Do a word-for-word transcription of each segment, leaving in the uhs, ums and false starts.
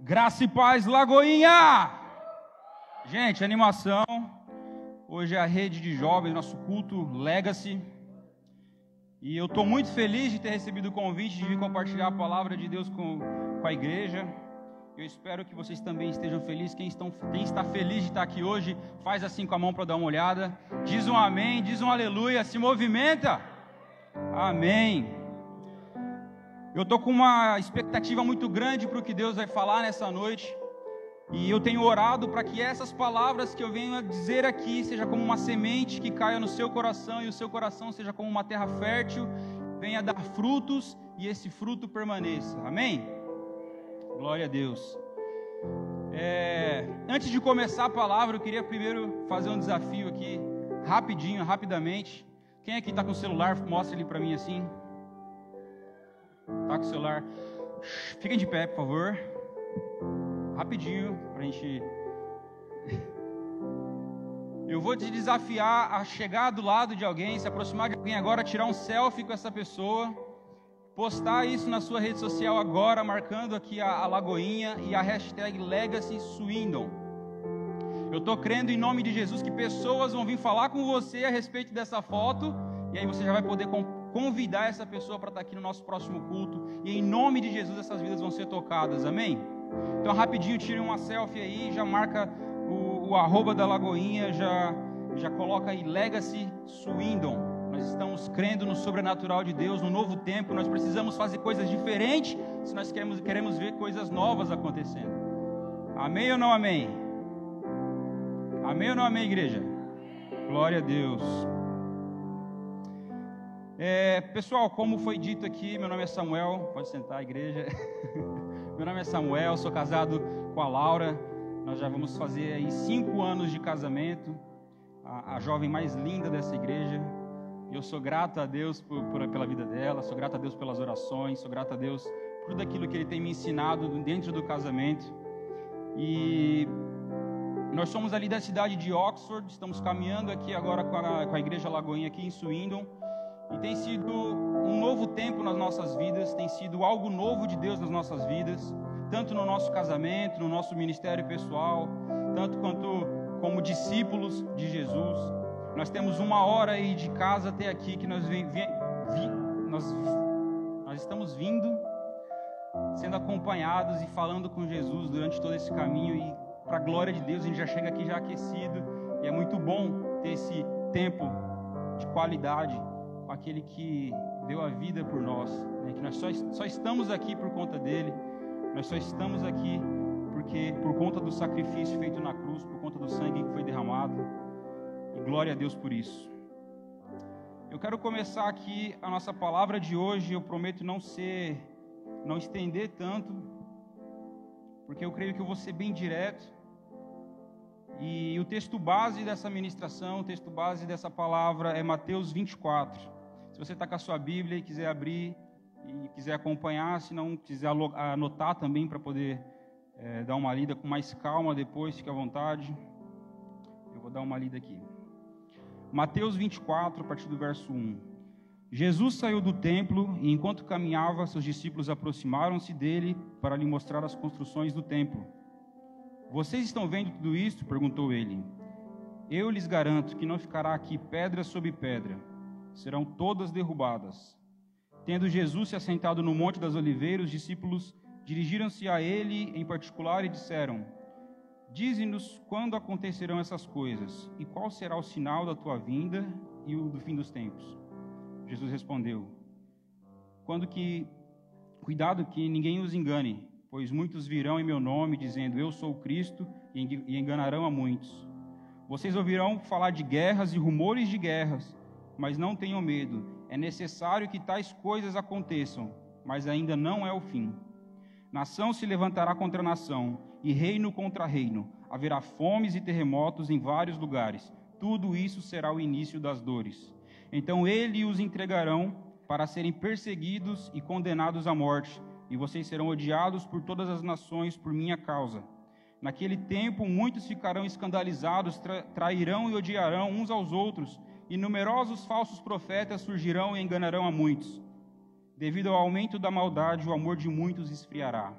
Graça e paz, Lagoinha! Gente, animação. Hoje é a rede de jovens, nosso culto Legacy. E eu estou muito feliz de ter recebido o convite de vir compartilhar a palavra de Deus com, com a igreja. Eu espero que vocês também estejam felizes. Quem, estão, quem está feliz de estar aqui hoje, faz assim com a mão para dar uma olhada. Diz um amém, diz um aleluia, se movimenta. Amém. Eu estou com uma expectativa muito grande para o que Deus vai falar nessa noite. E eu tenho orado para que essas palavras que eu venho a dizer aqui seja como uma semente que caia no seu coração e o seu coração seja como uma terra fértil, venha dar frutos e esse fruto permaneça. Amém? Glória a Deus. É, antes de começar a palavra, eu queria primeiro fazer um desafio aqui, rapidinho, rapidamente. Quem aqui está com o celular, mostra ele para mim assim. Tá com o celular. Fiquem de pé, por favor. Rapidinho, pra gente... Eu vou te desafiar a chegar do lado de alguém, se aproximar de alguém agora, tirar um selfie com essa pessoa, postar isso na sua rede social agora, marcando aqui a, a Lagoinha e a hashtag Legacy Swindon. Eu tô crendo em nome de Jesus que pessoas vão vir falar com você a respeito dessa foto, e aí você já vai poder convidar essa pessoa para estar aqui no nosso próximo culto, e em nome de Jesus essas vidas vão ser tocadas, amém? Então rapidinho, tire uma selfie aí, já marca o, o arroba da Lagoinha, já, já coloca aí Legacy Swindon. Nós estamos crendo no sobrenatural de Deus, no novo tempo, nós precisamos fazer coisas diferentes, se nós queremos, queremos ver coisas novas acontecendo. Amém ou não amém? Amém ou não amém, igreja? Glória a Deus. É, pessoal, como foi dito aqui, meu nome é Samuel, pode sentar, igreja. Meu nome é Samuel, sou casado com a Laura, nós já vamos fazer aí cinco anos de casamento, a, a jovem mais linda dessa igreja. Eu sou grato a Deus por, por, pela vida dela, sou grato a Deus pelas orações, sou grato a Deus por tudo aquilo que Ele tem me ensinado dentro do casamento. E nós somos ali da cidade de Oxford, estamos caminhando aqui agora com a, com a igreja Lagoinha aqui em Swindon. E tem sido um novo tempo nas nossas vidas, tem sido algo novo de Deus nas nossas vidas, tanto no nosso casamento, no nosso ministério pessoal, tanto quanto como discípulos de Jesus. Nós temos uma hora aí de casa até aqui que nós, vem, vem, vi, nós, nós estamos vindo, sendo acompanhados e falando com Jesus durante todo esse caminho, e para a glória de Deus a gente já chega aqui já aquecido, e é muito bom ter esse tempo de qualidade com aquele que deu a vida por nós, né? Que nós só, só estamos aqui por conta dele, nós só estamos aqui porque por conta do sacrifício feito na cruz, por conta do sangue que foi derramado, e glória a Deus por isso. Eu quero começar aqui a nossa palavra de hoje. Eu prometo não ser, não estender tanto, porque eu creio que eu vou ser bem direto. E o texto base dessa ministração, o texto base dessa palavra é Mateus vinte e quatro. Se você está com a sua Bíblia e quiser abrir e quiser acompanhar, se não quiser anotar também para poder é, dar uma lida com mais calma depois, fique à vontade. Eu vou dar uma lida aqui. Mateus vinte e quatro, a partir do verso um. Jesus saiu do templo e enquanto caminhava, seus discípulos aproximaram-se dele para lhe mostrar as construções do templo. Vocês estão vendo tudo isso? Perguntou ele. Eu lhes garanto que não ficará aqui pedra sobre pedra, serão todas derrubadas. Tendo Jesus se assentado no Monte das Oliveiras, os discípulos dirigiram-se a ele em particular e disseram: Dize-nos quando acontecerão essas coisas, e qual será o sinal da tua vinda e o do fim dos tempos? Jesus respondeu: Quando que, cuidado que ninguém os engane, pois muitos virão em meu nome, dizendo, eu sou o Cristo, e enganarão a muitos. Vocês ouvirão falar de guerras e rumores de guerras, mas não tenham medo. É necessário que tais coisas aconteçam, mas ainda não é o fim. Nação se levantará contra nação, e reino contra reino. Haverá fomes e terremotos em vários lugares. Tudo isso será o início das dores. Então ele os entregarão para serem perseguidos e condenados à morte, e vocês serão odiados por todas as nações por minha causa. Naquele tempo, muitos ficarão escandalizados, tra- trairão e odiarão uns aos outros, e numerosos falsos profetas surgirão e enganarão a muitos. Devido ao aumento da maldade, o amor de muitos esfriará.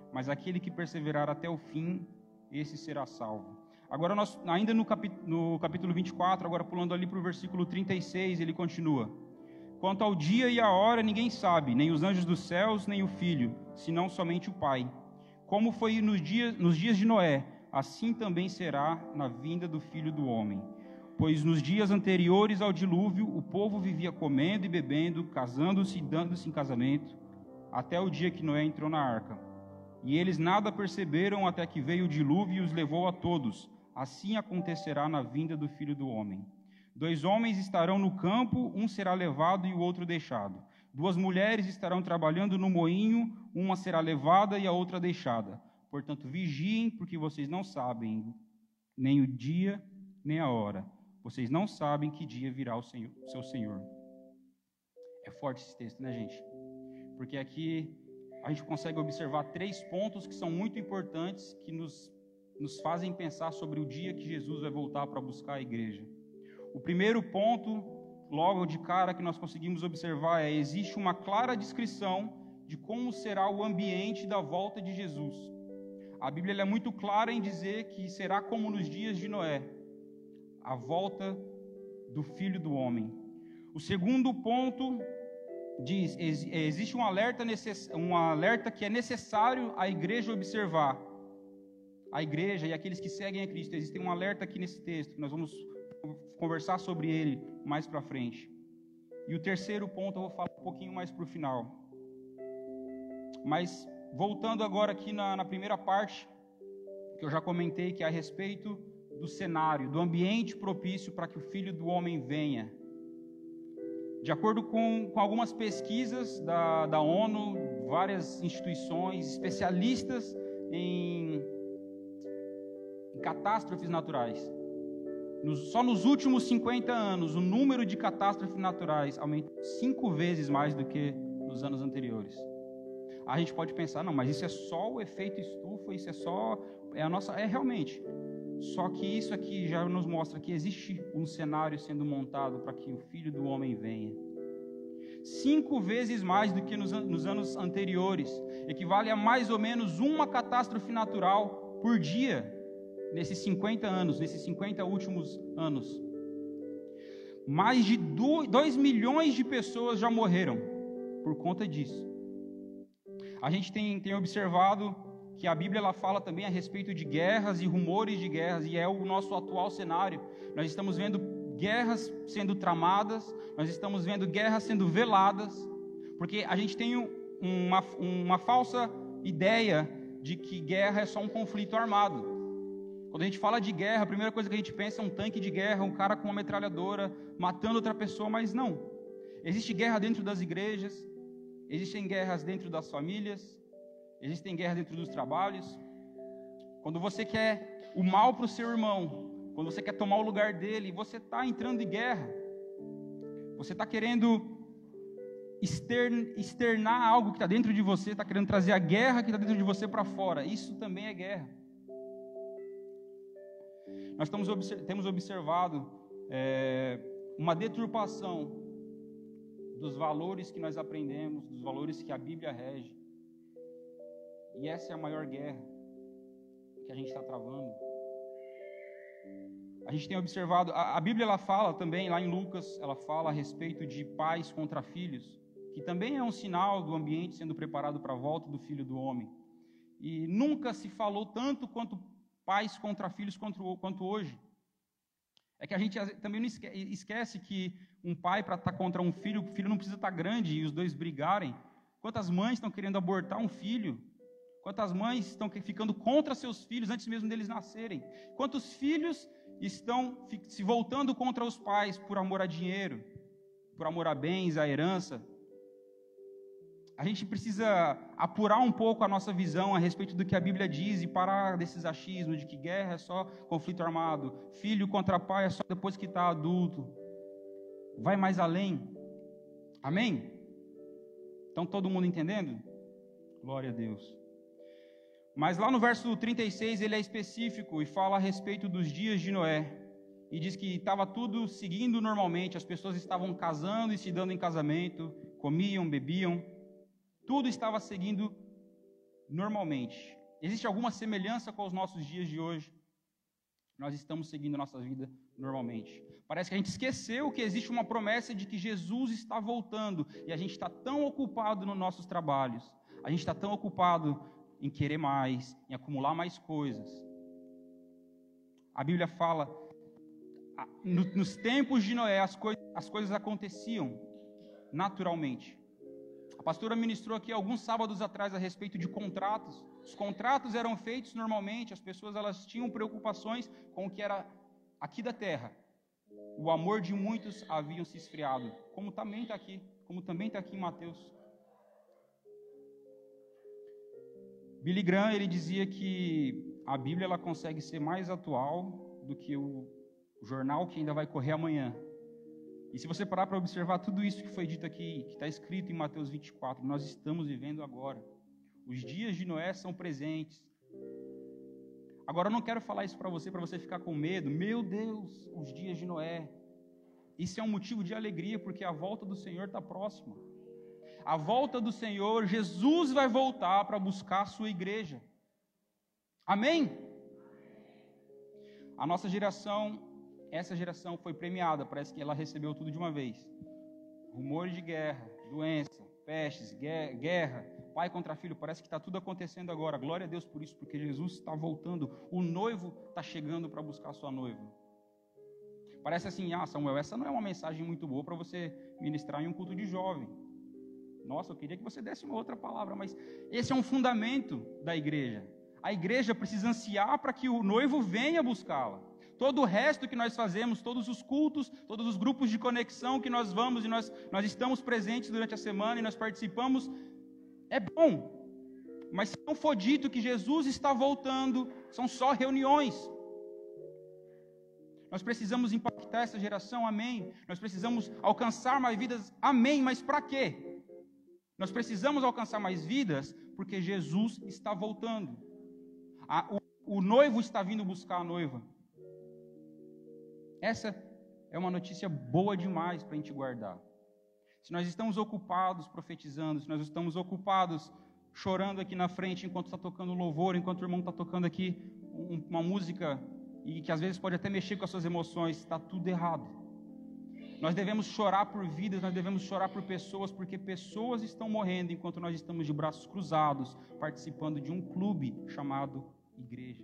mas aquele que perseverar até o fim, esse será salvo. Agora, nós, ainda no, capi, no capítulo vinte e quatro, agora pulando ali para o versículo trinta e seis, ele continua: quanto ao dia e a hora, ninguém sabe, nem os anjos dos céus, nem o Filho, senão somente o Pai. Como foi nos dias, nos dias de Noé, assim também será na vinda do Filho do Homem. Pois nos dias anteriores ao dilúvio, o povo vivia comendo e bebendo, casando-se e dando-se em casamento, até o dia que Noé entrou na arca. E eles nada perceberam até que veio o dilúvio e os levou a todos. Assim acontecerá na vinda do Filho do Homem. Dois homens estarão no campo, um será levado e o outro deixado. Duas mulheres estarão trabalhando no moinho, uma será levada e a outra deixada. Portanto, vigiem, porque vocês não sabem nem o dia, nem a hora. Vocês não sabem que dia virá o Senhor, seu Senhor. É forte esse texto, né, gente? Porque aqui a gente consegue observar três pontos que são muito importantes, que nos, nos fazem pensar sobre o dia que Jesus vai voltar para buscar a igreja. O primeiro ponto, logo de cara, que nós conseguimos observar é: existe uma clara descrição de como será o ambiente da volta de Jesus. A Bíblia é muito clara em dizer que será como nos dias de Noé, a volta do Filho do Homem. O segundo ponto diz: existe um alerta, necess, um alerta que é necessário a igreja observar. A igreja e aqueles que seguem a Cristo, existe um alerta aqui nesse texto, nós vamos conversar sobre ele mais para frente. E o terceiro ponto eu vou falar um pouquinho mais para o final. Mas voltando agora aqui na, na primeira parte, que eu já comentei, que é a respeito do cenário, do ambiente propício para que o Filho do Homem venha. De acordo com, com algumas pesquisas da, da ONU, várias instituições, especialistas em, em catástrofes naturais, nos, só nos últimos cinquenta anos, o número de catástrofes naturais aumentou cinco vezes mais do que nos anos anteriores. A gente pode pensar, não, mas isso é só o efeito estufa, isso é só, é a nossa, é realmente. Só que isso aqui já nos mostra que existe um cenário sendo montado para que o Filho do Homem venha. Cinco vezes mais do que nos, nos anos anteriores. Equivale a mais ou menos uma catástrofe natural por dia, nesses cinquenta anos, nesses cinquenta últimos anos. Mais de dois milhões de pessoas já morreram por conta disso. A gente tem, tem observado que a Bíblia ela fala também a respeito de guerras e rumores de guerras, e é o nosso atual cenário. Nós estamos vendo guerras sendo tramadas, nós estamos vendo guerras sendo veladas, porque a gente tem uma, uma falsa ideia de que guerra é só um conflito armado. Quando a gente fala de guerra, a primeira coisa que a gente pensa é um tanque de guerra, um cara com uma metralhadora matando outra pessoa, mas não. Existe guerra dentro das igrejas, existem guerras dentro das famílias, existem guerras dentro dos trabalhos. Quando você quer o mal para o seu irmão, quando você quer tomar o lugar dele, você está entrando em guerra. Você está querendo externar algo que está dentro de você, está querendo trazer a guerra que está dentro de você para fora. Isso também é guerra. Nós estamos, temos observado é, uma deturpação dos valores que nós aprendemos, dos valores que a Bíblia rege. E essa é a maior guerra que a gente está travando. A gente tem observado, a, a Bíblia ela fala também, lá em Lucas, ela fala a respeito de pais contra filhos, que também é um sinal do ambiente sendo preparado para a volta do Filho do Homem. E nunca se falou tanto quanto pais contra filhos quanto, quanto hoje. É que a gente também não esquece, esquece que um pai para estar contra um filho, o filho não precisa estar grande e os dois brigarem. Quantas mães estão querendo abortar um filho? Quantas mães estão ficando contra seus filhos antes mesmo deles nascerem? Quantos filhos estão se voltando contra os pais por amor a dinheiro, por amor a bens, a herança? A gente precisa apurar um pouco a nossa visão a respeito do que a Bíblia diz e parar desses achismos de que guerra é só conflito armado, filho contra pai é só depois que está adulto. Vai mais além. Amém? Então todo mundo entendendo? Glória a Deus. Mas lá no verso trinta e seis ele é específico e fala a respeito dos dias de Noé. E diz que estava tudo seguindo normalmente, as pessoas estavam casando e se dando em casamento, comiam, bebiam. Tudo estava seguindo normalmente. Existe alguma semelhança com os nossos dias de hoje? Nós estamos seguindo a nossa vida normalmente. Parece que a gente esqueceu que existe uma promessa de que Jesus está voltando, e a gente está tão ocupado nos nossos trabalhos, a gente está tão ocupado em querer mais, em acumular mais coisas. A Bíblia fala, nos tempos de Noé, as coisas, as coisas aconteciam naturalmente. A pastora ministrou aqui alguns sábados atrás a respeito de contratos. Os contratos eram feitos normalmente, as pessoas elas tinham preocupações com o que era aqui da terra. O amor de muitos haviam se esfriado, como também está aqui, como também está aqui em Mateus. Billy Graham, ele dizia que a Bíblia ela consegue ser mais atual do que o jornal que ainda vai correr amanhã. E se você parar para observar tudo isso que foi dito aqui, que está escrito em Mateus vinte e quatro, nós estamos vivendo agora. Os dias de Noé são presentes. Agora eu não quero falar isso para você, para você ficar com medo. Meu Deus, os dias de Noé. Isso é um motivo de alegria, porque a volta do Senhor está próxima. A volta do Senhor, Jesus vai voltar para buscar a sua igreja. Amém? A nossa geração, essa geração foi premiada, parece que ela recebeu tudo de uma vez. Rumores de guerra, doença, pestes, guerra, pai contra filho, parece que está tudo acontecendo agora. Glória a Deus por isso, porque Jesus está voltando, o noivo está chegando para buscar a sua noiva. Parece assim, ah Samuel, essa não é uma mensagem muito boa para você ministrar em um culto de jovem. Nossa, eu queria que você desse uma outra palavra, mas esse é um fundamento da igreja. A igreja precisa ansiar para que o noivo venha buscá-la. Todo o resto que nós fazemos, todos os cultos, todos os grupos de conexão que nós vamos e nós, nós estamos presentes durante a semana e nós participamos, é bom. Mas se não for dito que Jesus está voltando, são só reuniões. Nós precisamos impactar essa geração, amém. Nós precisamos alcançar mais vidas, amém. Mas para quê? Nós precisamos alcançar mais vidas porque Jesus está voltando. A, o, o noivo está vindo buscar a noiva. Essa é uma notícia boa demais para a gente guardar. Se nós estamos ocupados profetizando, se nós estamos ocupados chorando aqui na frente enquanto está tocando louvor, enquanto o irmão está tocando aqui uma música e que às vezes pode até mexer com as suas emoções, está tudo errado. Nós devemos chorar por vidas, nós devemos chorar por pessoas, porque pessoas estão morrendo enquanto nós estamos de braços cruzados, participando de um clube chamado igreja.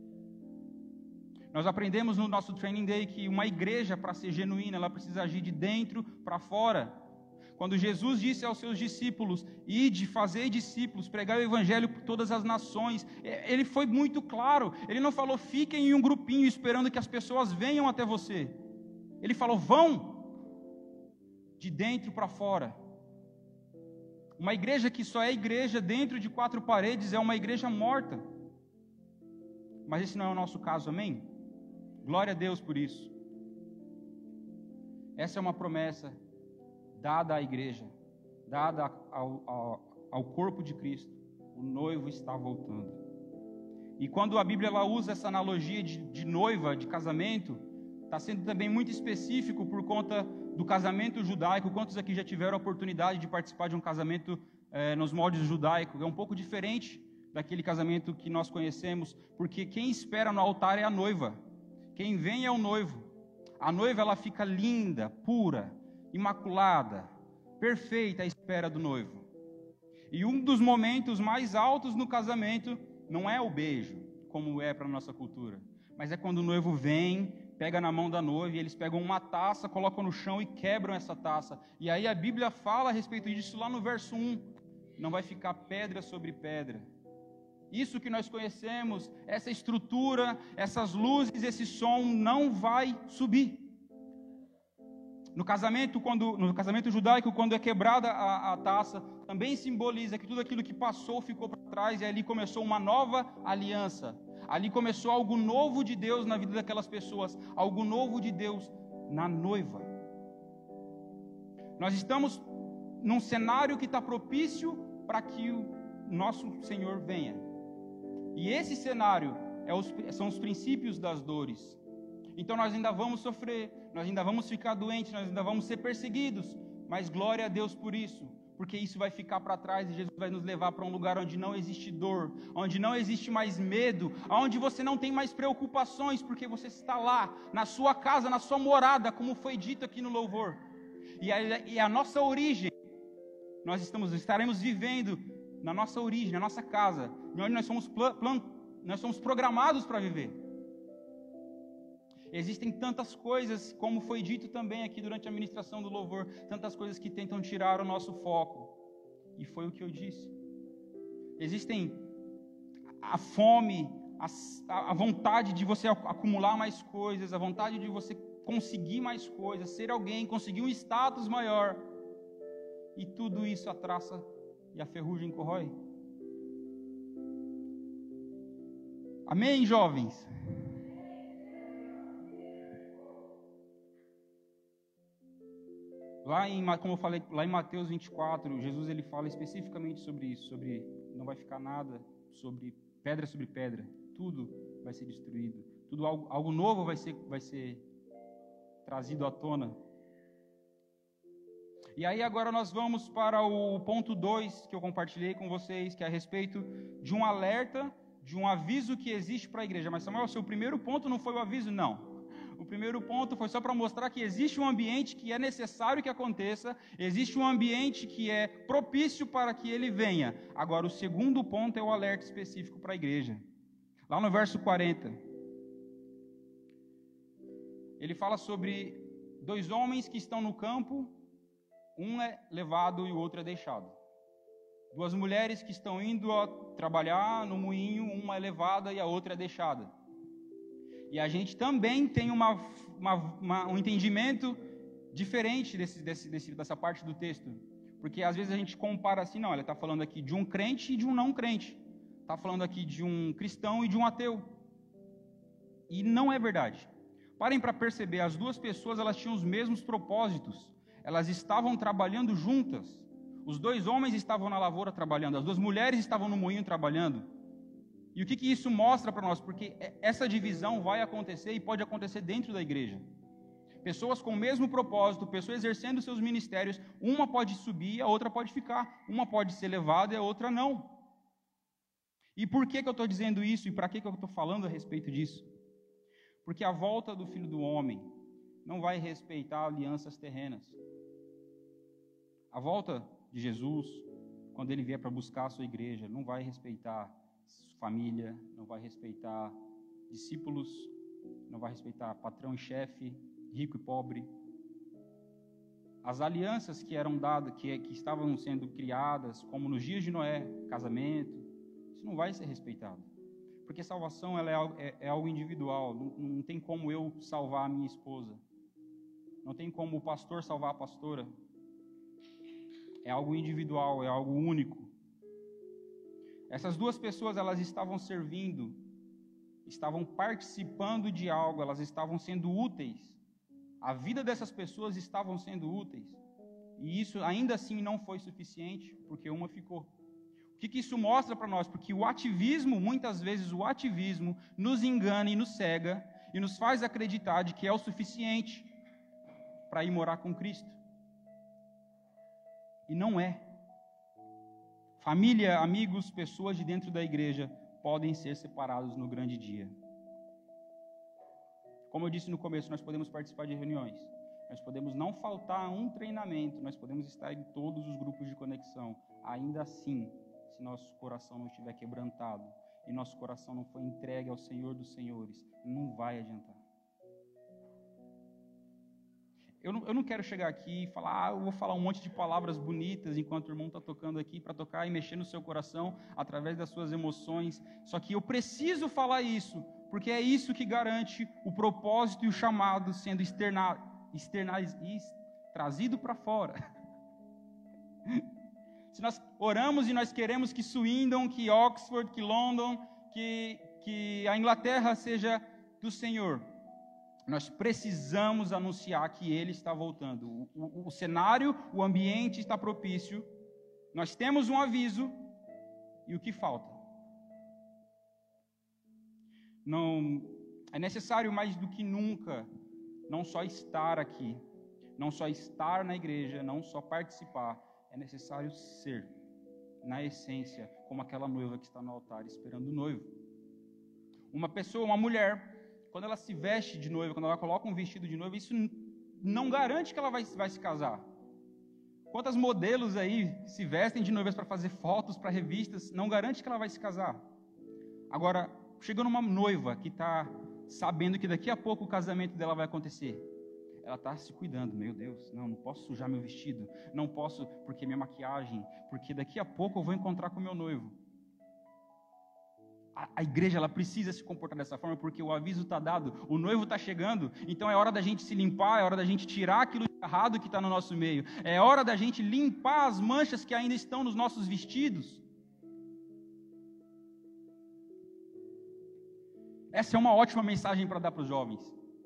Nós aprendemos no nosso Training Day que uma igreja, para ser genuína, ela precisa agir de dentro para fora. Quando Jesus disse aos seus discípulos, ide, fazei discípulos, pregai o evangelho por todas as nações, ele foi muito claro. Ele não falou, fiquem em um grupinho esperando que as pessoas venham até você. Ele falou, vão, de dentro para fora. Uma igreja que só é igreja dentro de quatro paredes é uma igreja morta. Mas esse não é o nosso caso, amém? Glória a Deus por isso. Essa é uma promessa dada à igreja, dada ao, ao, ao corpo de Cristo. O noivo está voltando. E quando a Bíblia ela usa essa analogia de, de noiva, de casamento, está sendo também muito específico por conta do casamento judaico. Quantos aqui já tiveram a oportunidade de participar de um casamento eh, nos moldes judaicos? É um pouco diferente daquele casamento que nós conhecemos, porque quem espera no altar é a noiva. Quem vem é o noivo. A noiva ela fica linda, pura, imaculada, perfeita à espera do noivo. E um dos momentos mais altos no casamento não é o beijo, como é para a nossa cultura, mas é quando o noivo vem, pega na mão da noiva e eles pegam uma taça, colocam no chão e quebram essa taça. E aí a Bíblia fala a respeito disso lá no verso um. Não vai ficar pedra sobre pedra. Isso que nós conhecemos, essa estrutura, essas luzes, esse som não vai subir. No casamento, quando, no casamento judaico, quando é quebrada a, a taça, também simboliza que tudo aquilo que passou ficou para trás e ali começou uma nova aliança. Ali começou algo novo de Deus na vida daquelas pessoas, algo novo de Deus na noiva. Nós estamos num cenário que está propício para que o nosso Senhor venha. E esse cenário é os, são os princípios das dores. Então nós ainda vamos sofrer, nós ainda vamos ficar doentes, nós ainda vamos ser perseguidos, mas glória a Deus por isso, porque isso vai ficar para trás e Jesus vai nos levar para um lugar onde não existe dor, onde não existe mais medo, onde você não tem mais preocupações, porque você está lá, na sua casa, na sua morada, como foi dito aqui no louvor. E a, e a nossa origem, nós estamos, estaremos vivendo na nossa origem, na nossa casa, onde nós somos, plan, plan, nós somos programados para viver. Existem tantas coisas, como foi dito também aqui durante a ministração do louvor, tantas coisas que tentam tirar o nosso foco. E foi o que eu disse. Existem a fome, a, a vontade de você acumular mais coisas, a vontade de você conseguir mais coisas, ser alguém, conseguir um status maior. E tudo isso a traça e a ferrugem corrói. Amém, jovens? Lá em, como eu falei, lá em Mateus vinte e quatro, Jesus ele fala especificamente sobre isso, sobre não vai ficar nada, sobre pedra sobre pedra, tudo vai ser destruído, tudo algo, algo novo vai ser, vai ser trazido à tona. E aí agora nós vamos para o ponto dois que eu compartilhei com vocês, que é a respeito de um alerta, de um aviso que existe para a igreja. Mas Samuel, seu primeiro ponto não foi o aviso? Não. O primeiro ponto foi só para mostrar que existe um ambiente que é necessário que aconteça, existe um ambiente que é propício para que ele venha. Agora, o segundo ponto é o alerta específico para a igreja. Lá no verso quarenta, ele fala sobre dois homens que estão no campo, um é levado e o outro é deixado. Duas mulheres que estão indo a trabalhar no moinho, uma é levada e a outra é deixada. E a gente também tem uma, uma, uma, um entendimento diferente desse, desse, desse, dessa parte do texto. Porque às vezes a gente compara assim, não, ele está falando aqui de um crente e de um não crente. Está falando aqui de um cristão e de um ateu. E não é verdade. Parem para perceber, as duas pessoas elas tinham os mesmos propósitos. Elas estavam trabalhando juntas. Os dois homens estavam na lavoura trabalhando, as duas mulheres estavam no moinho trabalhando. E o que, que isso mostra para nós? Porque essa divisão vai acontecer e pode acontecer dentro da igreja. Pessoas com o mesmo propósito, pessoas exercendo seus ministérios, uma pode subir, a outra pode ficar. Uma pode ser levada e a outra não. E por que, que eu estou dizendo isso? E para que, que eu estou falando a respeito disso? Porque a volta do Filho do Homem não vai respeitar alianças terrenas. A volta de Jesus, quando Ele vier para buscar a sua igreja, não vai respeitar família, não vai respeitar discípulos, não vai respeitar patrão e chefe, rico e pobre. As alianças que eram dadas, que, que estavam sendo criadas, como nos dias de Noé, casamento, isso não vai ser respeitado. Porque salvação ela é, algo, é, é algo individual, não, não tem como eu salvar a minha esposa, não tem como o pastor salvar a pastora. É algo individual, é algo único. Essas duas pessoas, elas estavam servindo, estavam participando de algo, elas estavam sendo úteis. A vida dessas pessoas estavam sendo úteis. E isso ainda assim não foi suficiente, porque uma ficou. O que, que isso mostra para nós? Porque o ativismo, muitas vezes o ativismo, nos engana e nos cega, e nos faz acreditar de que é o suficiente para ir morar com Cristo. E não é. Família, amigos, pessoas de dentro da igreja podem ser separados no grande dia. Como eu disse no começo, nós podemos participar de reuniões, nós podemos não faltar a um treinamento, nós podemos estar em todos os grupos de conexão. Ainda assim, se nosso coração não estiver quebrantado e nosso coração não for entregue ao Senhor dos Senhores, não vai adiantar. Eu não, eu não quero chegar aqui e falar, ah, eu vou falar um monte de palavras bonitas enquanto o irmão está tocando aqui para tocar e mexer no seu coração através das suas emoções. Só que eu preciso falar isso, porque é isso que garante o propósito e o chamado sendo externa, externaliz, trazido para fora. Se nós oramos e nós queremos que Swindon, que Oxford, que London, que, que a Inglaterra seja do Senhor, nós precisamos anunciar que Ele está voltando. O, o, o cenário, o ambiente está propício. Nós temos um aviso. E o que falta? Não, é necessário mais do que nunca, não só estar aqui, não só estar na igreja, não só participar. é necessário ser, na essência, como aquela noiva que está no altar esperando o noivo. Uma pessoa, uma mulher, quando ela se veste de noiva, quando ela coloca um vestido de noiva, isso não garante que ela vai, vai se casar. Quantas modelos aí se vestem de noivas para fazer fotos, para revistas, não garante que ela vai se casar. Agora, chegando uma noiva que está sabendo que daqui a pouco o casamento dela vai acontecer, ela está se cuidando. Meu Deus, não, não posso sujar meu vestido, não posso porque minha maquiagem, porque daqui a pouco eu vou encontrar com o meu noivo. A, a igreja, ela precisa se comportar dessa forma, porque o aviso está dado, o noivo está chegando, então é hora da gente se limpar, é hora da gente tirar aquilo errado que está no nosso meio, é hora da gente limpar as manchas que ainda estão nos nossos vestidos. Essa é uma ótima mensagem para dar para os jovens.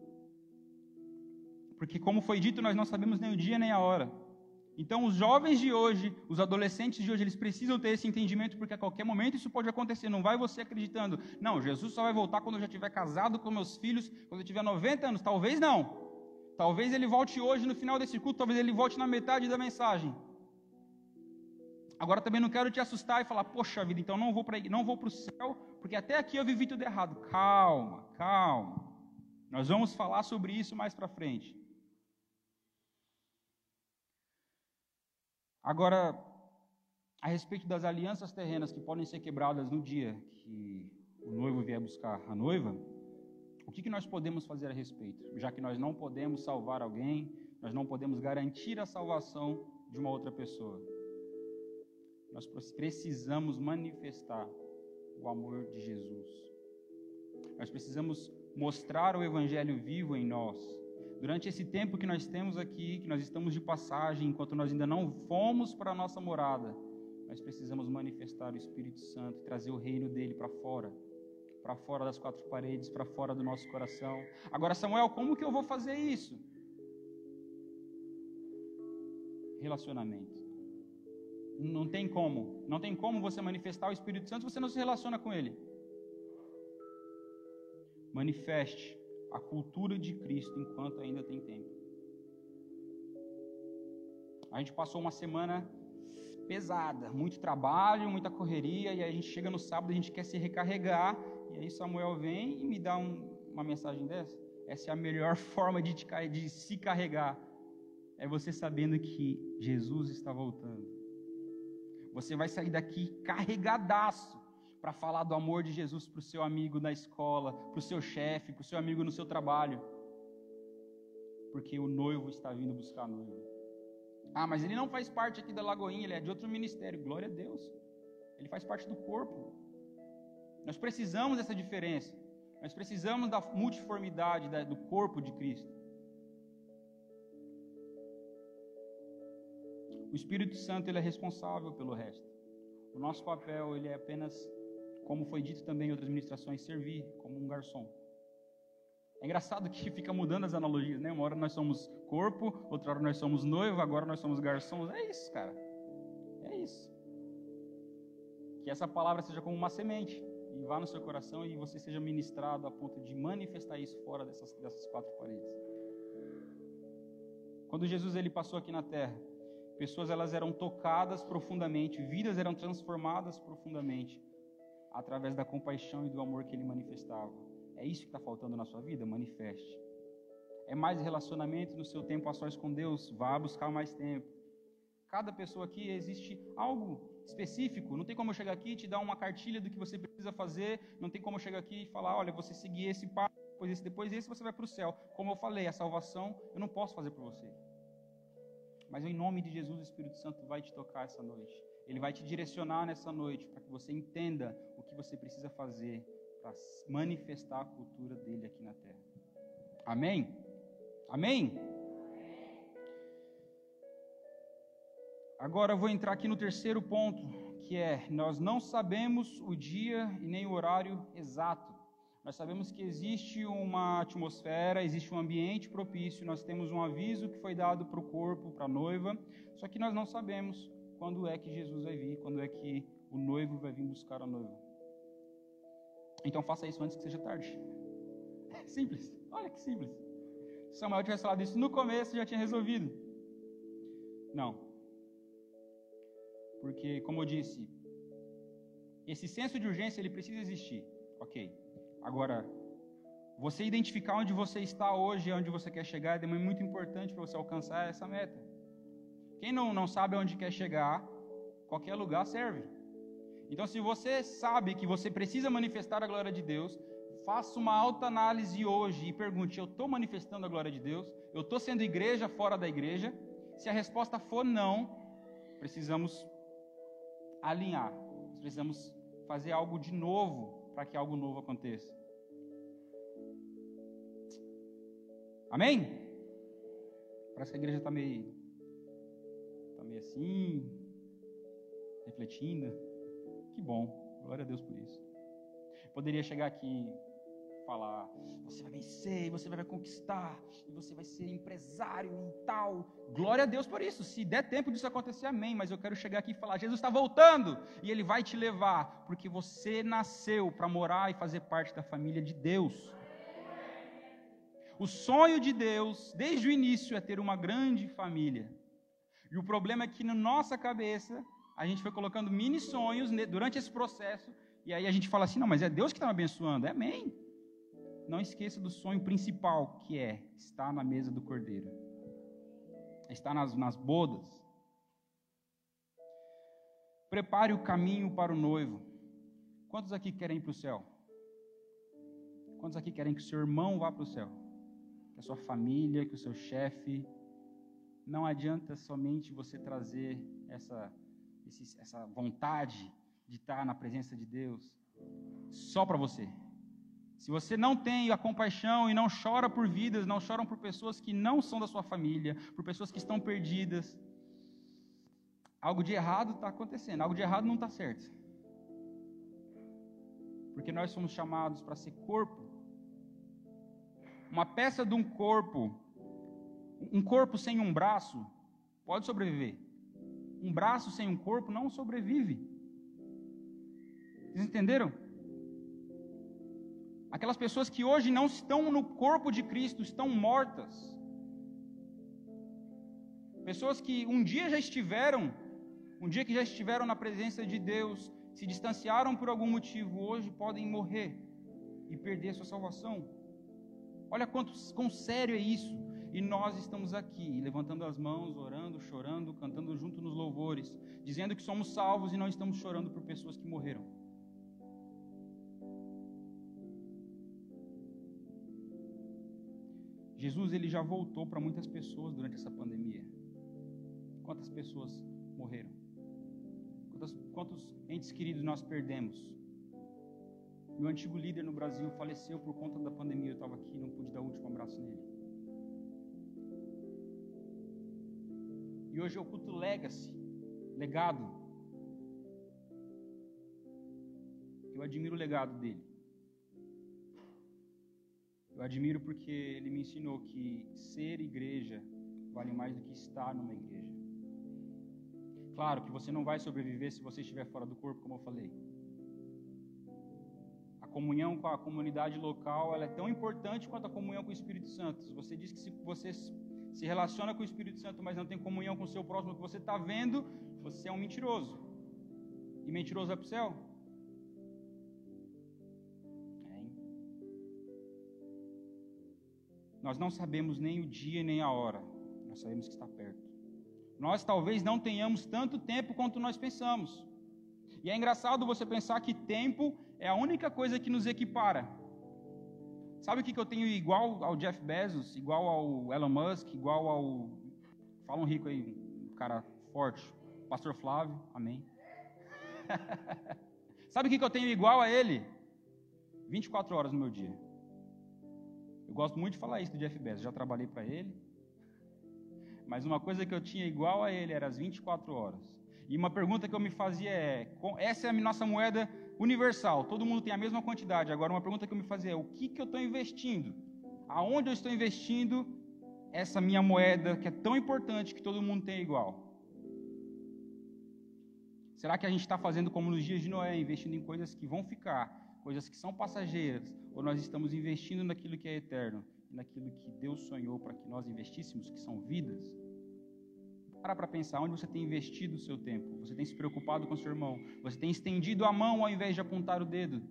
Porque, como foi dito, nós não sabemos nem o dia nem a hora. Então, os jovens de hoje, os adolescentes de hoje, eles precisam ter esse entendimento, porque a qualquer momento isso pode acontecer. Não vai você acreditando, não, Jesus só vai voltar quando eu já estiver casado com meus filhos, quando eu tiver noventa anos. Talvez não. Talvez ele volte hoje no final desse culto, talvez ele volte na metade da mensagem. Agora também não quero te assustar e falar, poxa vida, então não vou para não vou para o céu, porque até aqui eu vivi tudo errado. Calma, calma. Nós vamos falar sobre isso mais para frente. Agora, a respeito das alianças terrenas que podem ser quebradas no dia que o noivo vier buscar a noiva, o que, que nós podemos fazer a respeito? Já que nós não podemos salvar alguém, nós não podemos garantir a salvação de uma outra pessoa. Nós precisamos manifestar o amor de Jesus. Nós precisamos mostrar o Evangelho vivo em nós. Durante esse tempo que nós temos aqui, que nós estamos de passagem, enquanto nós ainda não fomos para a nossa morada, nós precisamos manifestar o Espírito Santo e trazer o reino dele para fora, para fora das quatro paredes, para fora do nosso coração. Agora, Samuel, como que eu vou fazer isso? Relacionamento. Não tem como. Não tem como você manifestar o Espírito Santo se você não se relaciona com ele. Manifeste a cultura de Cristo enquanto ainda tem tempo. A gente passou uma semana pesada, muito trabalho, muita correria, e aí a gente chega no sábado, a gente quer se recarregar, e aí Samuel vem e me dá um, uma mensagem dessa. Essa é a melhor forma de, te, de se carregar. É você sabendo que Jesus está voltando. Você vai sair daqui carregadaço para falar do amor de Jesus para o seu amigo na escola, para o seu chefe, para o seu amigo no seu trabalho. Porque o noivo está vindo buscar a noiva. Ah, mas ele não faz parte aqui da Lagoinha, ele é de outro ministério. Glória a Deus. Ele faz parte do corpo. Nós precisamos dessa diferença. Nós precisamos da multiformidade do corpo de Cristo. O Espírito Santo, ele é responsável pelo resto. O nosso papel, ele é apenas, como foi dito também em outras ministrações, servir como um garçom. É engraçado que fica mudando as analogias, né? Uma hora nós somos corpo, outra hora nós somos noivo, agora nós somos garçons. É isso, cara. É isso. Que essa palavra seja como uma semente e vá no seu coração e você seja ministrado a ponto de manifestar isso fora dessas, dessas quatro paredes. Quando Jesus ele passou aqui na terra, pessoas elas eram tocadas profundamente, vidas eram transformadas profundamente através da compaixão e do amor que ele manifestava. É isso que está faltando na sua vida? Manifeste. É mais relacionamento no seu tempo a sós com Deus? Vá buscar mais tempo. Cada pessoa aqui existe algo específico. Não tem como eu chegar aqui e te dar uma cartilha do que você precisa fazer. Não tem como eu chegar aqui e falar, olha, você seguir esse passo, depois esse, depois esse, você vai para o céu. Como eu falei, a salvação eu não posso fazer por você. Mas em nome de Jesus, o Espírito Santo vai te tocar essa noite. Ele vai te direcionar nessa noite para que você entenda o que você precisa fazer para manifestar a cultura dele aqui na terra. Amém? Amém? Agora eu vou entrar aqui no terceiro ponto, que é, nós não sabemos o dia e nem o horário exato. Nós sabemos que existe uma atmosfera, existe um ambiente propício, nós temos um aviso que foi dado para o corpo, para a noiva, só que nós não sabemos quando é que Jesus vai vir, quando é que o noivo vai vir buscar a noiva. Então faça isso antes que seja tarde. Simples, olha que simples. Se Samuel tivesse falado isso no começo, já tinha resolvido. Não. Porque, como eu disse, esse senso de urgência, ele precisa existir. Ok. Agora, você identificar onde você está hoje, onde você quer chegar, é muito importante para você alcançar essa meta. Quem não, não sabe onde quer chegar, qualquer lugar serve. Então, se você sabe que você precisa manifestar a glória de Deus, faça uma autoanálise hoje e pergunte: eu estou manifestando a glória de Deus? Eu estou sendo igreja fora da igreja? Se a resposta for não, precisamos alinhar. Precisamos fazer algo de novo para que algo novo aconteça. Amém? Parece que a igreja está meio, tá meio assim, refletindo. Que bom, glória a Deus por isso. Poderia chegar aqui e falar: você vai vencer, você vai conquistar, e você vai ser empresário e tal. Glória a Deus por isso. Se der tempo disso acontecer, amém. Mas eu quero chegar aqui e falar: Jesus está voltando e Ele vai te levar, porque você nasceu para morar e fazer parte da família de Deus. O sonho de Deus, desde o início, é ter uma grande família. E o problema é que na nossa cabeça, a gente foi colocando mini sonhos durante esse processo, e aí a gente fala assim: não, mas é Deus que está me abençoando. É, amém. Não esqueça do sonho principal, que é estar na mesa do Cordeiro. Estar nas, nas bodas. Prepare o caminho para o noivo. Quantos aqui querem ir para o céu? Quantos aqui querem que o seu irmão vá para o céu? Que a sua família, que o seu chefe. Não adianta somente você trazer essa, esse, essa vontade de estar na presença de Deus só para você. Se você não tem a compaixão e não chora por vidas, não choram por pessoas que não são da sua família, por pessoas que estão perdidas, algo de errado está acontecendo, algo de errado não está certo. Porque nós somos chamados para ser corpo. Uma peça de um corpo, um corpo sem um braço, pode sobreviver. Um braço sem um corpo não sobrevive. Vocês entenderam? Aquelas pessoas que hoje não estão no corpo de Cristo, estão mortas. Pessoas que um dia já estiveram, um dia que já estiveram na presença de Deus, se distanciaram por algum motivo, hoje podem morrer e perder sua salvação. Olha quanto, quão sério é isso. E nós estamos aqui, levantando as mãos, orando, chorando, cantando junto nos louvores, dizendo que somos salvos e não estamos chorando por pessoas que morreram. Jesus, ele já voltou para muitas pessoas durante essa pandemia. Quantas pessoas morreram? Quantos, quantos entes queridos nós perdemos? Meu antigo líder no Brasil faleceu por conta da pandemia. Eu estava aqui e não pude dar o último abraço nele. E hoje eu culto legacy, legado. Eu admiro o legado dele. Eu admiro porque ele me ensinou que ser igreja vale mais do que estar numa igreja. Claro que você não vai sobreviver se você estiver fora do corpo, como eu falei. A comunhão com a comunidade local, ela é tão importante quanto a comunhão com o Espírito Santo. Se você diz que se você se relaciona com o Espírito Santo, mas não tem comunhão com o seu próximo que você está vendo, você é um mentiroso. E mentiroso vai para o céu? Nós não sabemos nem o dia nem a hora, nós sabemos que está perto. Nós talvez não tenhamos tanto tempo quanto nós pensamos. E é engraçado você pensar que tempo é a única coisa que nos equipara. Sabe o que eu tenho igual ao Jeff Bezos, igual ao Elon Musk, igual ao... Fala um rico aí, um cara forte, Pastor Flávio, amém. Sabe o que eu tenho igual a ele? vinte e quatro horas no meu dia. Eu gosto muito de falar isso do Jeff Bezos, já trabalhei para ele. Mas uma coisa que eu tinha igual a ele era as vinte e quatro horas. E uma pergunta que eu me fazia é, essa é a nossa moeda universal, todo mundo tem a mesma quantidade. Agora uma pergunta que eu me fazia é, o que, que eu estou investindo? Aonde eu estou investindo essa minha moeda que é tão importante que todo mundo tem igual? Será que a gente está fazendo como nos dias de Noé, investindo em coisas que vão ficar, coisas que são passageiras, ou nós estamos investindo naquilo que é eterno, naquilo que Deus sonhou para que nós investíssemos, que são vidas? Para para pensar, onde você tem investido o seu tempo? Você tem se preocupado com o seu irmão? Você tem estendido a mão ao invés de apontar o dedo?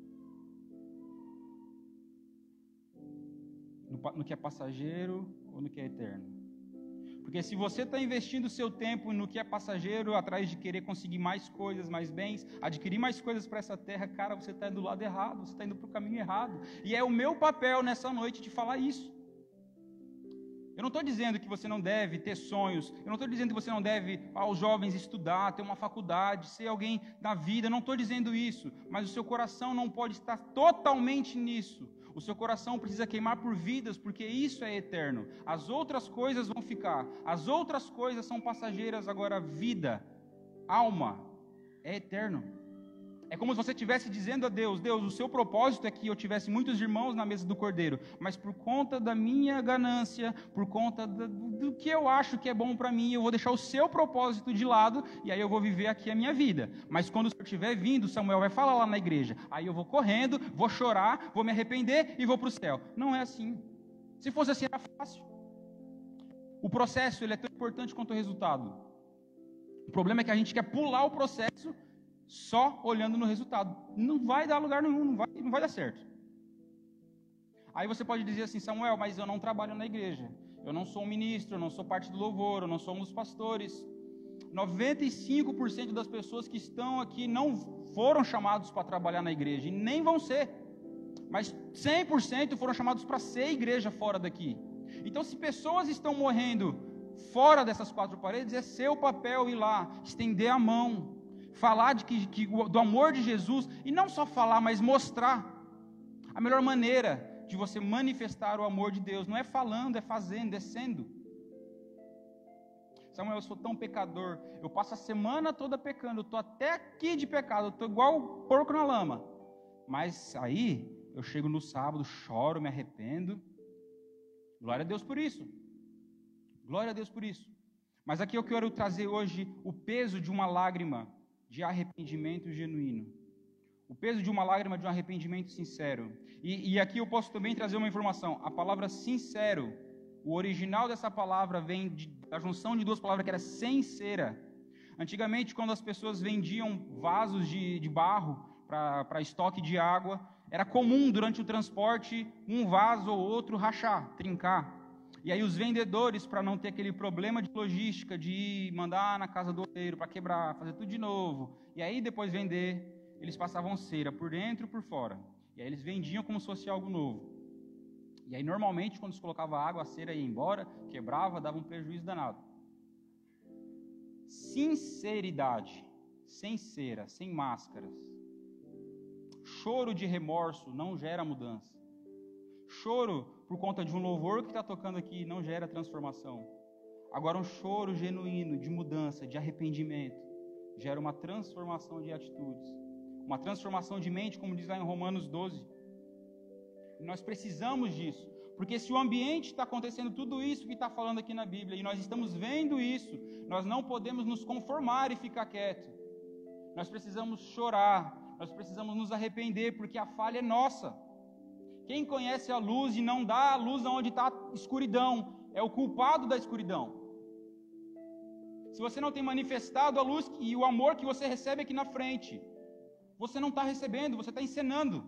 No, no que é passageiro ou no que é eterno? Porque se você está investindo o seu tempo no que é passageiro, atrás de querer conseguir mais coisas, mais bens, adquirir mais coisas para essa terra, cara, você está indo do lado errado, você está indo para o caminho errado. E é o meu papel nessa noite de falar isso. Eu não estou dizendo que você não deve ter sonhos, eu não estou dizendo que você não deve, aos jovens, estudar, ter uma faculdade, ser alguém na vida, eu não estou dizendo isso, mas o seu coração não pode estar totalmente nisso. O seu coração precisa queimar por vidas, porque isso é eterno. As outras coisas vão ficar, as outras coisas são passageiras, agora vida, alma, é eterno. É como se você estivesse dizendo a Deus, Deus, o seu propósito é que eu tivesse muitos irmãos na mesa do Cordeiro, mas por conta da minha ganância, por conta do, do que eu acho que é bom para mim, eu vou deixar o seu propósito de lado, e aí eu vou viver aqui a minha vida. Mas quando o Senhor estiver vindo, Samuel vai falar lá na igreja, aí eu vou correndo, vou chorar, vou me arrepender e vou para o céu. Não é assim. Se fosse assim, era fácil. O processo ele é tão importante quanto o resultado. O problema é que a gente quer pular o processo só olhando no resultado. Não vai dar lugar nenhum, não vai, não vai dar certo. Aí você pode dizer assim, Samuel, mas eu não trabalho na igreja, eu não sou um ministro, eu não sou parte do louvor, eu não sou um dos pastores. noventa e cinco por cento das pessoas que estão aqui não foram chamados para trabalhar na igreja, e nem vão ser. Mas cem por cento foram chamados para ser igreja fora daqui. Então, se pessoas estão morrendo fora dessas quatro paredes, é seu papel ir lá, estender a mão, falar de que, que, do amor de Jesus, e não só falar, mas mostrar. A melhor maneira de você manifestar o amor de Deus não é falando, é fazendo, é sendo. Samuel, eu sou tão pecador, eu passo a semana toda pecando, eu estou até aqui de pecado, eu estou igual porco na lama, mas aí eu chego no sábado, choro, me arrependo. Glória a Deus por isso, glória a Deus por isso. Mas aqui eu quero trazer hoje o peso de uma lágrima de arrependimento genuíno. O peso de uma lágrima de um arrependimento sincero. E, e aqui eu posso também trazer uma informação. A palavra sincero, o original dessa palavra vem de, da junção de duas palavras que era sincera. Antigamente, quando as pessoas vendiam vasos de, de barro para estoque de água, era comum durante o transporte um vaso ou outro rachar, trincar. E aí os vendedores, para não ter aquele problema de logística, de ir mandar na casa do oleiro para quebrar, fazer tudo de novo, e aí depois vender, eles passavam cera por dentro e por fora. E aí eles vendiam como se fosse algo novo. E aí normalmente quando se colocava água, a cera ia embora, quebrava, dava um prejuízo danado. Sinceridade, sem cera, sem máscaras. Choro de remorso não gera mudança. Choro por conta de um louvor que está tocando aqui não gera transformação. Agora um choro genuíno de mudança, de arrependimento, gera uma transformação de atitudes, uma transformação de mente, como diz lá em Romanos doze. E nós precisamos disso, porque se o ambiente está acontecendo tudo isso que está falando aqui na Bíblia, e nós estamos vendo isso, nós não podemos nos conformar e ficar quieto. Nós precisamos chorar, nós precisamos nos arrepender, porque a falha é nossa. Quem conhece a luz e não dá a luz onde está a escuridão, é o culpado da escuridão. Se você não tem manifestado a luz e o amor que você recebe aqui na frente, você não está recebendo, você está encenando.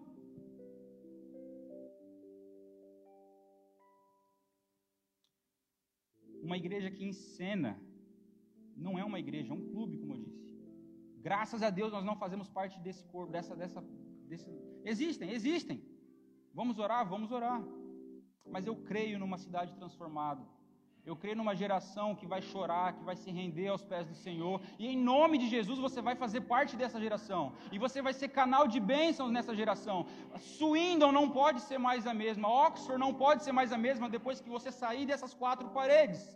Uma igreja que encena não é uma igreja, é um clube, como eu disse. Graças a Deus nós não fazemos parte desse corpo, dessa, dessa, desse... Existem, existem. Vamos orar? Vamos orar. Mas eu creio numa cidade transformada. Eu creio numa geração que vai chorar, que vai se render aos pés do Senhor. E em nome de Jesus você vai fazer parte dessa geração. E você vai ser canal de bênçãos nessa geração. Swindon não pode ser mais a mesma. Oxford não pode ser mais a mesma depois que você sair dessas quatro paredes.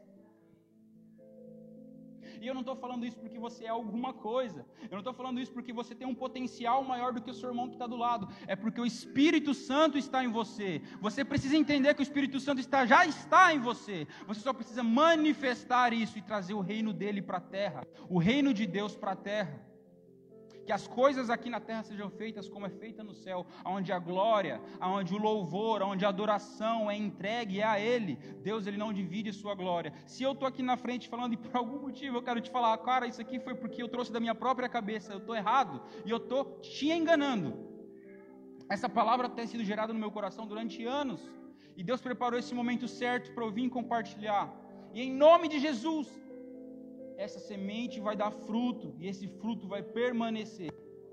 E eu não estou falando isso porque você é alguma coisa. Eu não estou falando isso porque você tem um potencial maior do que o seu irmão que está do lado. É porque o Espírito Santo está em você. Você precisa entender que o Espírito Santo está, já está em você. Você só precisa manifestar isso e trazer o reino dele para a terra. O reino de Deus para a terra. Que as coisas aqui na terra sejam feitas como é feita no céu, onde a glória, onde o louvor, onde a adoração é entregue é a Ele. Deus, Ele não divide sua glória. Se eu estou aqui na frente falando e por algum motivo eu quero te falar, cara, isso aqui foi porque eu trouxe da minha própria cabeça, eu estou errado e eu estou te enganando. Essa palavra tem sido gerada no meu coração durante anos e Deus preparou esse momento certo para eu vir compartilhar. E em nome de Jesus, essa semente vai dar fruto, e esse fruto vai permanecer.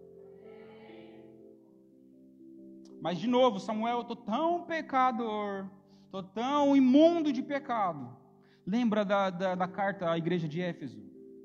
Mas de novo, Samuel, eu estou tão pecador, estou tão imundo de pecado. Lembra da, da, da carta à igreja de Éfeso?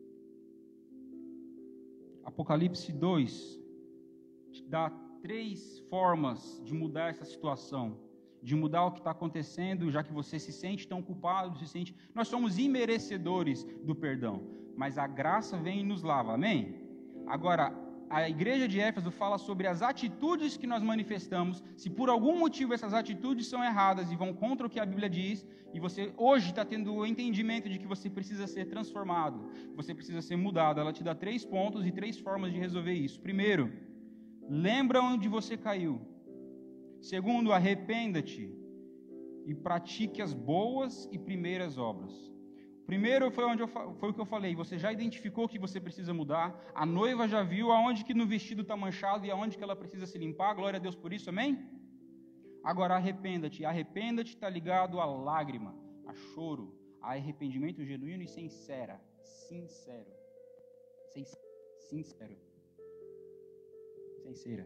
Apocalipse dois, te dá três formas de mudar essa situação, de mudar o que está acontecendo, já que você se sente tão culpado, se sente... Nós somos imerecedores do perdão, mas a graça vem e nos lava, amém? Agora, a igreja de Éfeso fala sobre as atitudes que nós manifestamos, se por algum motivo essas atitudes são erradas e vão contra o que a Bíblia diz, e você hoje está tendo o entendimento de que você precisa ser transformado, você precisa ser mudado. Ela te dá três pontos e três formas de resolver isso. Primeiro, lembra onde você caiu. Segundo, arrependa-te e pratique as boas e primeiras obras. Primeiro foi, onde eu, foi o que eu falei, você já identificou que você precisa mudar, a noiva já viu aonde que no vestido está manchado e aonde que ela precisa se limpar, glória a Deus por isso, amém? Agora arrependa-te, arrependa-te está ligado a lágrima, a choro, a arrependimento genuíno e sincera, sincero, sincero, sincera.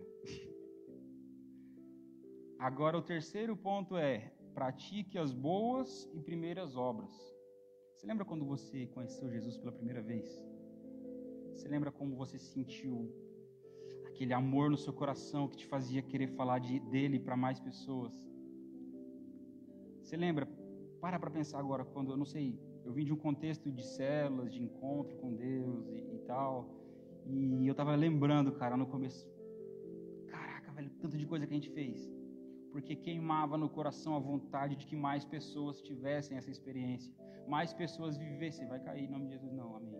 Agora o terceiro ponto é, pratique as boas e primeiras obras. Você lembra quando você conheceu Jesus pela primeira vez? Você lembra como você sentiu aquele amor no seu coração que te fazia querer falar de, dele para mais pessoas? Você lembra? Para para pensar agora, quando, eu não sei, eu vim de um contexto de células, de encontro com Deus e, e tal, e eu estava lembrando, cara, no começo, caraca, velho, tanto de coisa que a gente fez. Porque queimava no coração a vontade de que mais pessoas tivessem essa experiência, mais pessoas vivessem. Vai cair em nome de Jesus, não, amém.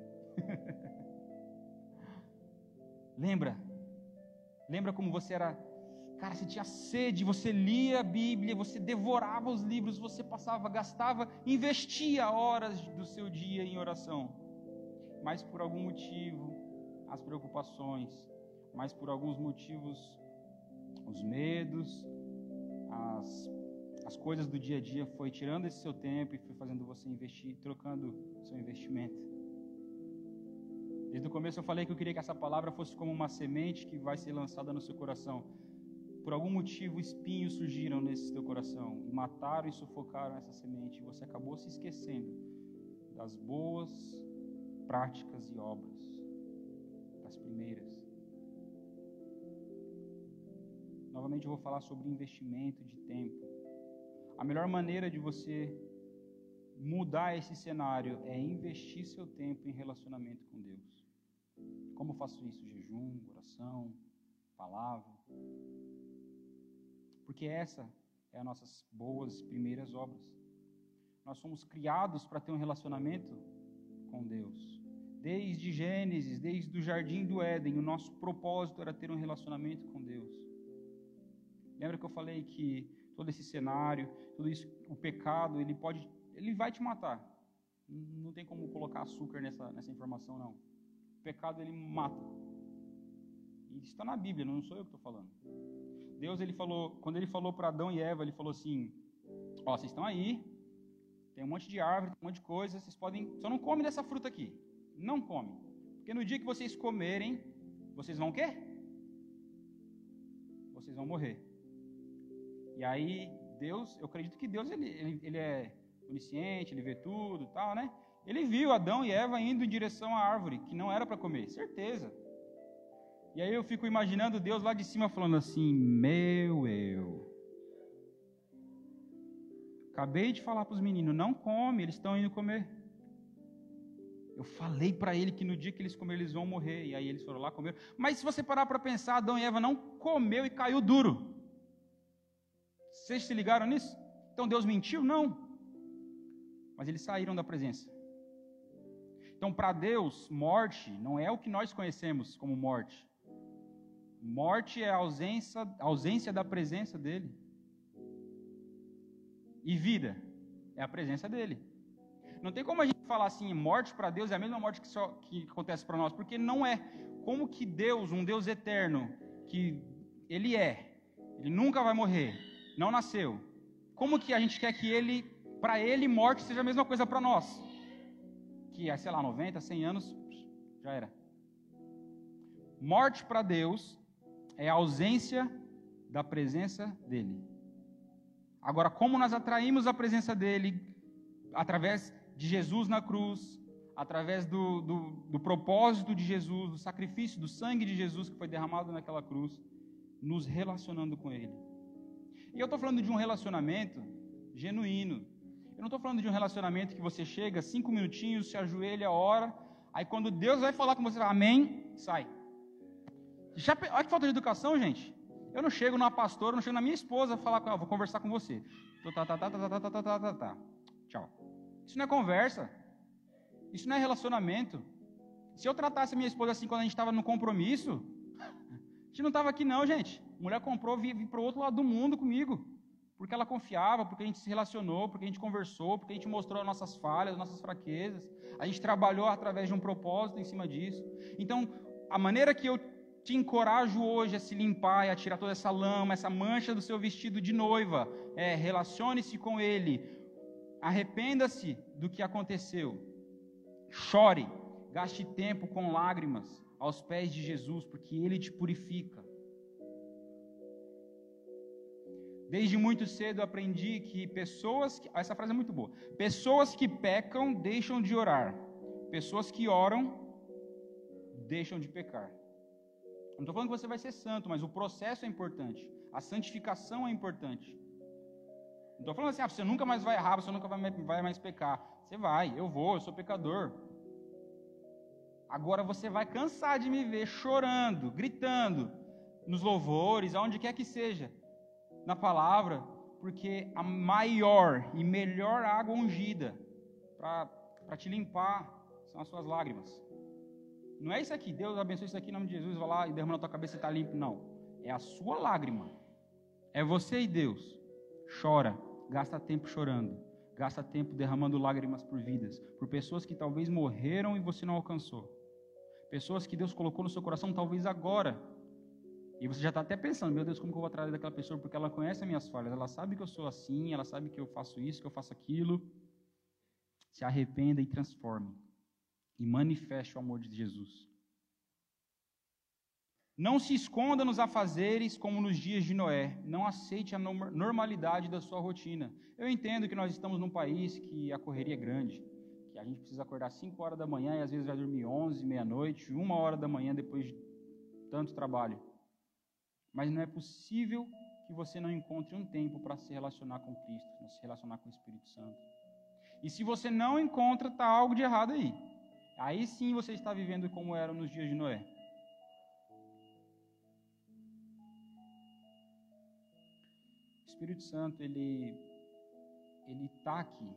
Lembra? Lembra como você era, cara, você tinha sede, você lia a Bíblia, você devorava os livros, você passava, gastava, investia horas do seu dia em oração. Mas por algum motivo, as preocupações, mas por alguns motivos, os medos, As, as coisas do dia a dia foi tirando esse seu tempo e foi fazendo você investir, trocando seu investimento. Desde o começo eu falei que eu queria que essa palavra fosse como uma semente que vai ser lançada no seu coração. Por algum motivo espinhos surgiram nesse teu coração e mataram e sufocaram essa semente, e você acabou se esquecendo das boas práticas e obras, das primeiras. Novamente eu vou falar sobre investimento de tempo. A melhor maneira de você mudar esse cenário é investir seu tempo em relacionamento com Deus. Como eu faço isso? Jejum, oração, palavra. Porque essa é as nossas boas primeiras obras. Nós somos criados para ter um relacionamento com Deus. Desde Gênesis, desde o Jardim do Éden, o nosso propósito era ter um relacionamento com Deus. Lembra que eu falei que todo esse cenário, tudo isso, o pecado, ele pode, ele vai te matar. Não tem como colocar açúcar nessa, nessa informação, não. O pecado, ele mata. E isso está na Bíblia, não sou eu que estou falando. Deus, ele falou, quando ele falou para Adão e Eva, ele falou assim, ó, vocês estão aí, tem um monte de árvore, tem um monte de coisa, vocês podem, só não comem dessa fruta aqui. Não comem. Porque no dia que vocês comerem, vocês vão o quê? Vocês vão morrer. E aí, Deus, eu acredito que Deus, ele, ele, ele é onisciente, ele vê tudo e tal, né? Ele viu Adão e Eva indo em direção à árvore, que não era para comer, certeza. E aí eu fico imaginando Deus lá de cima falando assim, meu eu. Acabei de falar para os meninos, não come, eles estão indo comer. Eu falei para ele que no dia que eles comerem, eles vão morrer. E aí eles foram lá comer. Mas se você parar para pensar, Adão e Eva não comeu e caiu duro. Vocês se ligaram nisso? Então Deus mentiu? Não. Mas eles saíram da presença. Então para Deus, morte não é o que nós conhecemos como morte. Morte é a ausência, a ausência da presença dele. E vida é a presença dele. Não tem como a gente falar assim, morte para Deus é a mesma morte que, só, que acontece para nós, porque não é. Como que Deus, um Deus eterno, que Ele é, Ele nunca vai morrer, não nasceu, como que a gente quer que Ele, para Ele, morte seja a mesma coisa para nós? Que é, sei lá, noventa, cem anos, já era. Morte para Deus é a ausência da presença dEle. Agora, como nós atraímos a presença dEle? Através de Jesus na cruz, através do, do, do propósito de Jesus, do sacrifício, do sangue de Jesus que foi derramado naquela cruz, nos relacionando com Ele. E eu estou falando de um relacionamento genuíno. Eu não estou falando de um relacionamento que você chega, cinco minutinhos, se ajoelha, ora, aí quando Deus vai falar com você, amém, sai. Já, olha que falta de educação, gente. Eu não chego numa pastora, eu não chego na minha esposa falar com ela, vou conversar com você. Tá, tá, tá, tá, tá, tá, tá, tá, tá, tá. Tchau. Isso não é conversa. Isso não é relacionamento. Se eu tratasse a minha esposa assim quando a gente estava no compromisso, a gente não estava aqui não, gente. A mulher comprou vir, vir para o outro lado do mundo comigo. Porque ela confiava, porque a gente se relacionou, porque a gente conversou, porque a gente mostrou as nossas falhas, as nossas fraquezas. A gente trabalhou através de um propósito em cima disso. Então, a maneira que eu te encorajo hoje a se limpar e a tirar toda essa lama, essa mancha do seu vestido de noiva, é, relacione-se com Ele, arrependa-se do que aconteceu, chore, gaste tempo com lágrimas aos pés de Jesus, porque Ele te purifica. Desde muito cedo eu aprendi que pessoas, que, essa frase é muito boa, pessoas que pecam deixam de orar, pessoas que oram deixam de pecar. Não estou falando que você vai ser santo, mas o processo é importante. A santificação é importante. Não estou falando assim, ah, você nunca mais vai errar, você nunca vai, vai mais pecar. Você vai, eu vou, eu sou pecador. Agora você vai cansar de me ver chorando, gritando, nos louvores, aonde quer que seja, na palavra, porque a maior e melhor água ungida para te limpar são as suas lágrimas. Não é isso aqui, Deus abençoe isso aqui em nome de Jesus, vai lá e derrama na tua cabeça e está limpo. Não, é a sua lágrima. É você e Deus. Chora, gasta tempo chorando, gasta tempo derramando lágrimas por vidas, por pessoas que talvez morreram e você não alcançou. Pessoas que Deus colocou no seu coração talvez agora. E você já está até pensando, meu Deus, como que eu vou atrás daquela pessoa? Porque ela conhece as minhas falhas, ela sabe que eu sou assim, ela sabe que eu faço isso, que eu faço aquilo. Se arrependa e transforme. E manifeste o amor de Jesus. Não se esconda nos afazeres como nos dias de Noé. Não aceite a normalidade da sua rotina. Eu entendo que nós estamos num país que a correria é grande, que a gente precisa acordar cinco horas da manhã e às vezes vai dormir onze, meia-noite, uma hora da manhã depois de tanto trabalho. Mas não é possível que você não encontre um tempo para se relacionar com Cristo, para se relacionar com o Espírito Santo. E se você não encontra, está algo de errado aí. Aí sim você está vivendo como era nos dias de Noé. O Espírito Santo, ele ele está aqui.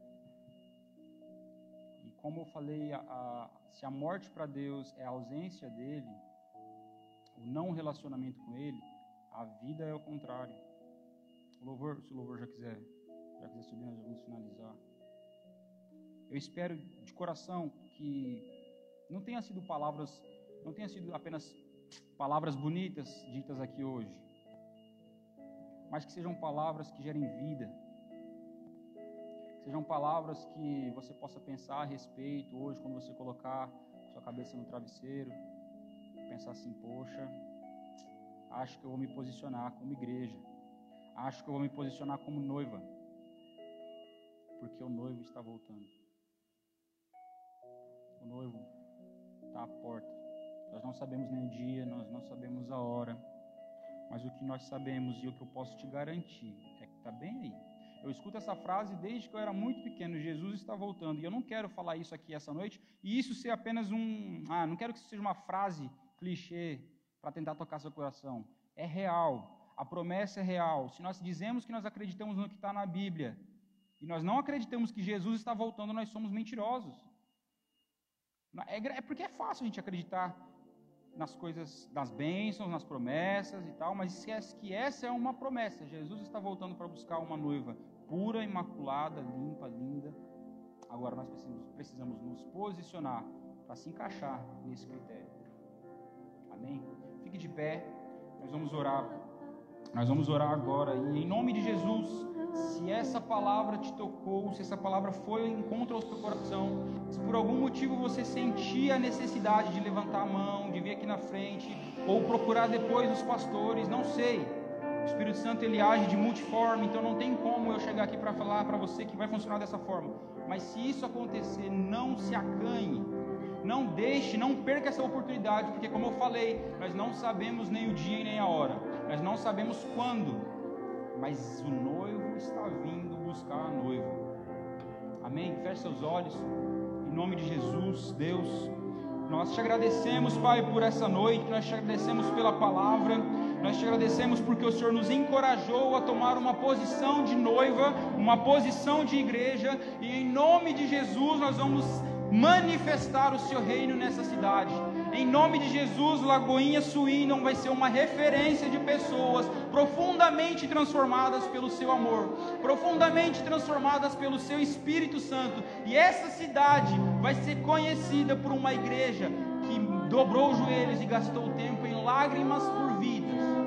E como eu falei, a, a, se a morte para Deus é a ausência dele, o não relacionamento com ele, a vida é o contrário. O louvor, se o louvor já quiser, já quiser subir, nós já vamos finalizar. Eu espero de coração que não tenha sido palavras, não tenha sido apenas palavras bonitas ditas aqui hoje, mas que sejam palavras que gerem vida, que sejam palavras que você possa pensar a respeito hoje, quando você colocar sua cabeça no travesseiro, pensar assim, poxa, acho que eu vou me posicionar como igreja, acho que eu vou me posicionar como noiva, porque o noivo está voltando. O noivo está à porta. Nós não sabemos nem o dia, nós não sabemos a hora, mas o que nós sabemos e o que eu posso te garantir é que está bem aí. Eu escuto essa frase desde que eu era muito pequeno, Jesus está voltando, e eu não quero falar isso aqui essa noite, e isso ser apenas um, ah, não quero que isso seja uma frase clichê para tentar tocar seu coração. É real, a promessa é real. Se nós dizemos que nós acreditamos no que está na Bíblia, e nós não acreditamos que Jesus está voltando, nós somos mentirosos. É porque é fácil a gente acreditar nas coisas, nas bênçãos, nas promessas e tal, mas esquece que essa é uma promessa. Jesus está voltando para buscar uma noiva pura, imaculada, limpa, linda. Agora nós precisamos, precisamos nos posicionar para se encaixar nesse critério. Amém? Fique de pé, nós vamos orar. Nós vamos orar agora e em nome de Jesus, se essa palavra te tocou, se essa palavra foi em encontro ao seu coração, se por algum motivo você sentia a necessidade de levantar a mão, de vir aqui na frente, ou procurar depois os pastores, não sei. O Espírito Santo ele age de multiforme, então não tem como eu chegar aqui para falar para você que vai funcionar dessa forma. Mas se isso acontecer, não se acanhe, não deixe, não perca essa oportunidade, porque como eu falei, nós não sabemos nem o dia e nem a hora, nós não sabemos quando, mas o noivo está vindo buscar a noiva. Amém? Feche seus olhos, em nome de Jesus. Deus, nós te agradecemos, Pai, por essa noite, nós te agradecemos pela palavra, nós te agradecemos porque o Senhor nos encorajou a tomar uma posição de noiva, uma posição de igreja, e em nome de Jesus nós vamos manifestar o seu reino nessa cidade. Em nome de Jesus, Lagoinha Swindon vai ser uma referência de pessoas profundamente transformadas pelo seu amor, profundamente transformadas pelo seu Espírito Santo, e essa cidade vai ser conhecida por uma igreja que dobrou os joelhos e gastou tempo em lágrimas por vidas.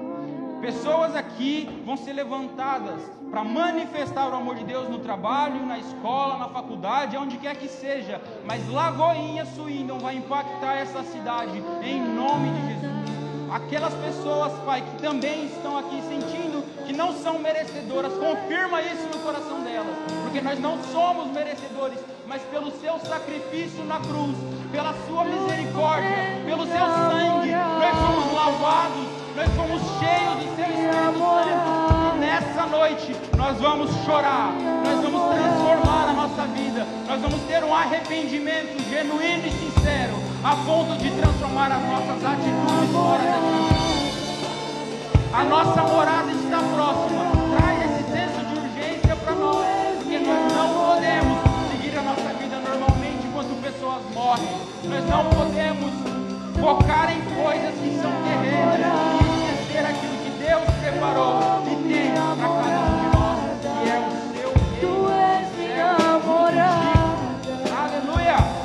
Pessoas aqui vão ser levantadas para manifestar o amor de Deus no trabalho, na escola, na faculdade, onde quer que seja. Mas Lagoinha Swindon vai impactar essa cidade em nome de Jesus. Aquelas pessoas, Pai, que também estão aqui sentindo que não são merecedoras, confirma isso no coração delas, porque nós não somos merecedores, mas pelo seu sacrifício na cruz, pela sua misericórdia, pelo seu sangue, nós somos lavados, nós somos cheios do seu Espírito Santo. E nessa noite nós vamos chorar, nós vamos transformar a nossa vida, nós vamos ter um arrependimento genuíno e sincero, a ponto de transformar as nossas atitudes fora daqui. A nossa morada está próxima. Traz esse senso de urgência para nós, porque nós não podemos seguir a nossa vida normalmente enquanto pessoas morrem. Nós não podemos focar em coisas que são terrenas e esquecer aquilo que Deus preparou e tem para cada um de nós, que é o seu reino. Tu és minha morada. Aleluia!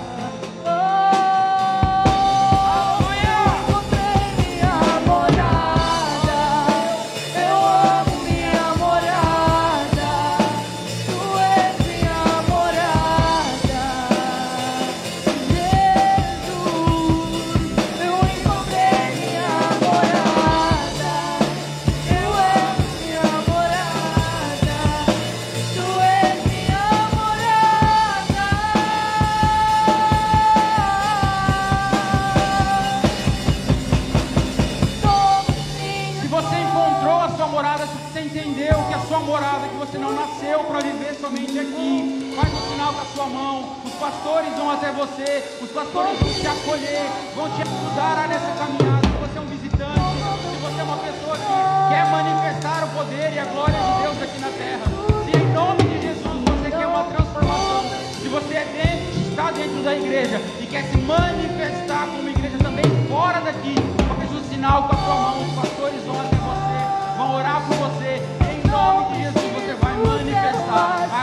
Morada, que você não nasceu para viver somente aqui. Faz um sinal com a sua mão. Os pastores vão até você, os pastores vão te acolher, vão te ajudar nessa caminhada. Se você é um visitante, se você é uma pessoa que quer manifestar o poder e a glória de Deus aqui na terra, se em nome de Jesus você quer uma transformação, se você é dentro, está dentro da igreja e quer se manifestar como igreja também fora daqui, faz um sinal com a sua mão. Os pastores vão até você, vão orar por você. Em nome de Jesus você vai manifestar